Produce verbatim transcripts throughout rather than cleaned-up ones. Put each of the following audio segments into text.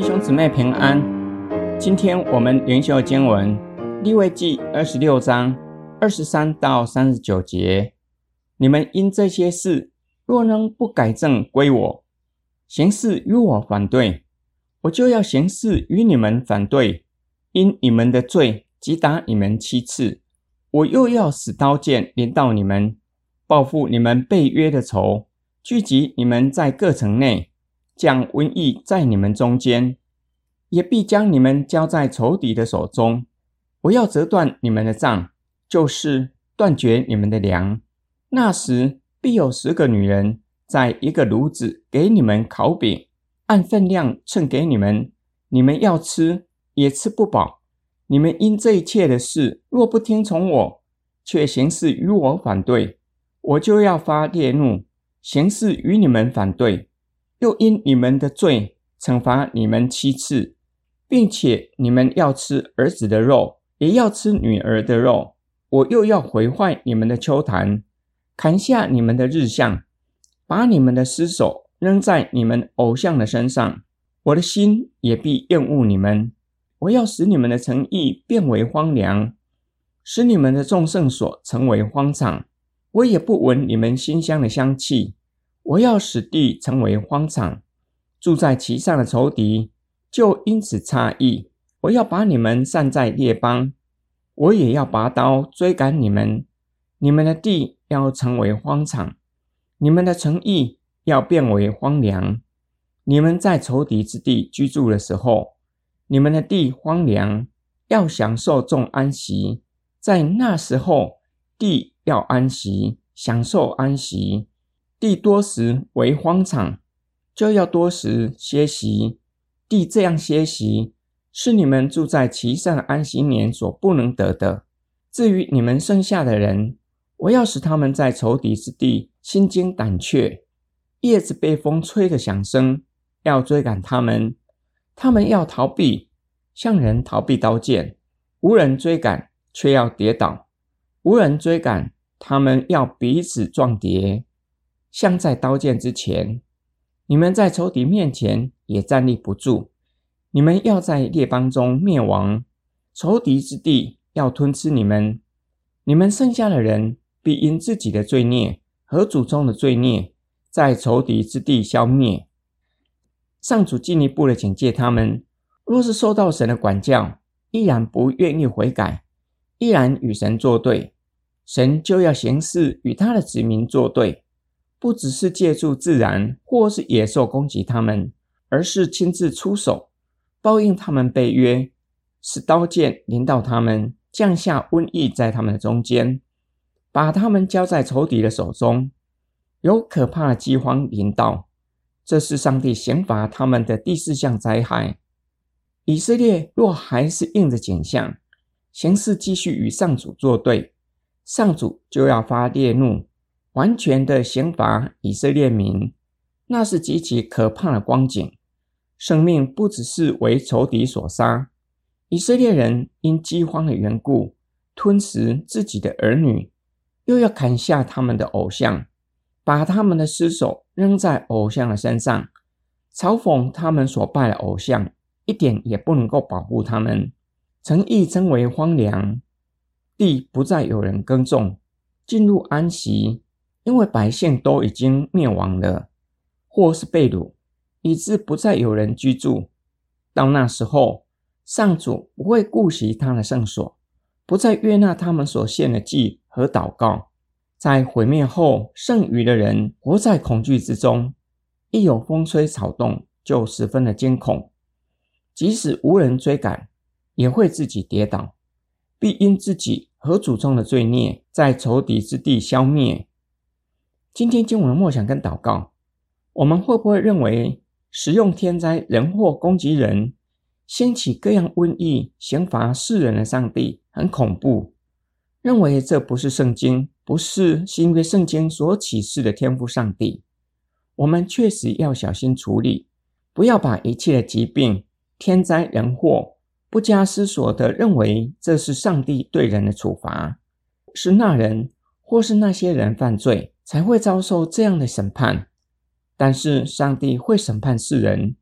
弟兄姊妹平安。今天我们灵修经文利未记二十六章二十三到三十九节。你们因这些事若能不改正归我，行事与我反对，我就要行事与你们反对，因你们的罪击打你们七次，我又要使刀剑临到你们，报复你们背约的仇，聚集你们在各城内，将瘟疫在你们中间，也必将你们交在仇敌的手中。我要折断你们的杖，就是断绝你们的粮。那时必有十个女人在一个炉子给你们烤饼，按分量称给你们，你们要吃也吃不饱。你们因这一切的事若不听从我，却行事与我反对，我就要发烈怒，行事与你们反对，又因你们的罪惩罚你们七次，并且你们要吃儿子的肉，也要吃女儿的肉。我又要毁坏你们的邱坛，砍下你们的日像，把你们的尸首扔在你们偶像的身上。我的心也必厌恶你们。我要使你们的城邑变为荒凉，使你们的众圣所成为荒场。我也不闻你们馨香的香气。我要使地成为荒场，住在其上的仇敌就因此诧异。我要把你们散在列邦，我也要拔刀追赶你们。你们的地要成为荒场，你们的城邑要变为荒凉。你们在仇敌之地居住的时候，你们的地荒凉，要享受众安息。在那时候，地要安息，享受安息。地多时为荒场，就要多时歇息。地这样歇息，是你们住在其上的安息年所不能得的。至于你们剩下的人，我要使他们在仇敌之地心惊胆怯，叶子被风吹的响声，要追赶他们。他们要逃避，像人逃避刀剑，无人追赶，却要跌倒；无人追赶，他们要彼此撞跌，像在刀剑之前。你们在仇敌面前也站立不住，你们要在列邦中灭亡，仇敌之地要吞吃你们。你们剩下的人必因自己的罪孽和祖宗的罪孽，在仇敌之地消灭。上主进一步的警戒他们，若是受到神的管教，依然不愿意悔改，依然与神作对，神就要行事与他的子民作对，不只是借助自然或是野兽攻击他们，而是亲自出手，报应他们背约，使刀剑临到他们，降下瘟疫在他们的中间，把他们交在仇敌的手中，有可怕的饥荒临到。这是上帝刑罚他们的第四项灾害。以色列若还是硬着颈项，行事继续与上主作对，上主就要发烈怒，完全的刑罚以色列民。那是极其可怕的光景。生命不只是为仇敌所杀，以色列人因饥荒的缘故吞食自己的儿女，又要砍下他们的偶像，把他们的尸首扔在偶像的身上，嘲讽他们所拜的偶像，一点也不能够保护他们。城邑称为荒凉，地不再有人耕种，进入安息，因为百姓都已经灭亡了，或是被掳，以致不再有人居住。到那时候，上主不会顾惜他的圣所，不再悦纳他们所献的祭和祷告。在毁灭后，剩余的人活在恐惧之中，一有风吹草动，就十分的惊恐。即使无人追赶，也会自己跌倒，必因自己和祖宗的罪孽，在仇敌之地消灭。今天经文的默想跟祷告，我们会不会认为使用天灾人祸攻击人，掀起各样瘟疫刑罚世人的上帝很恐怖，认为这不是圣经，不是新约圣经所启示的天父上帝？我们确实要小心处理，不要把一切的疾病、天灾人祸不加思索地认为这是上帝对人的处罚，是那人或是那些人犯罪才会遭受这样的审判。但是上帝会审判世人，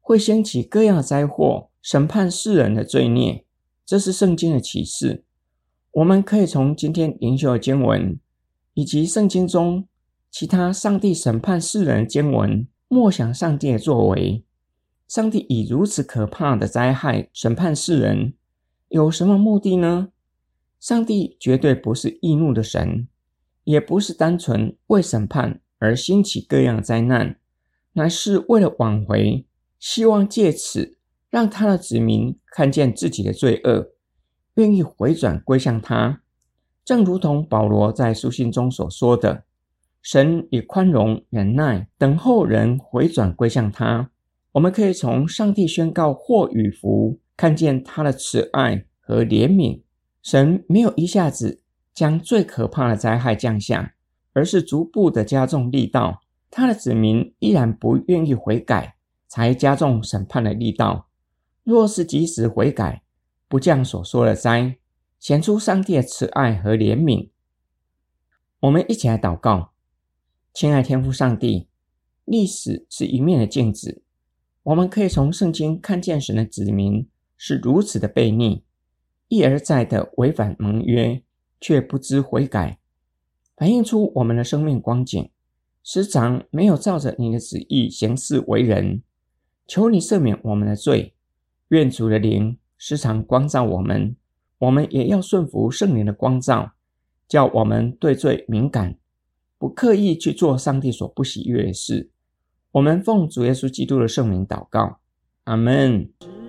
会掀起各样的灾祸，审判世人的罪孽。这是圣经的启示。我们可以从今天灵修的经文，以及圣经中其他上帝审判世人的经文，默想上帝的作为。上帝以如此可怕的灾害审判世人，有什么目的呢？上帝绝对不是易怒的神，也不是单纯为审判而兴起各样的灾难，乃是为了挽回，希望借此让他的子民看见自己的罪恶，愿意回转归向他。正如同保罗在书信中所说的，神以宽容忍耐等候人回转归向他。我们可以从上帝宣告祸与福看见他的慈爱和怜悯。神没有一下子将最可怕的灾害降下，而是逐步的加重力道。他的子民依然不愿意悔改，才加重审判的力道。若是及时悔改，不降所说的灾，显出上帝的慈爱和怜悯。我们一起来祷告。亲爱天父上帝，历史是一面的镜子，我们可以从圣经看见神的子民是如此的悖逆，一而再的违反盟约，却不知悔改，反映出我们的生命光景，时常没有照着你的旨意行事为人。求你赦免我们的罪，愿主的灵时常光照我们，我们也要顺服圣灵的光照，叫我们对罪敏感，不刻意去做上帝所不喜悦的事。我们奉主耶稣基督的圣名祷告，阿们。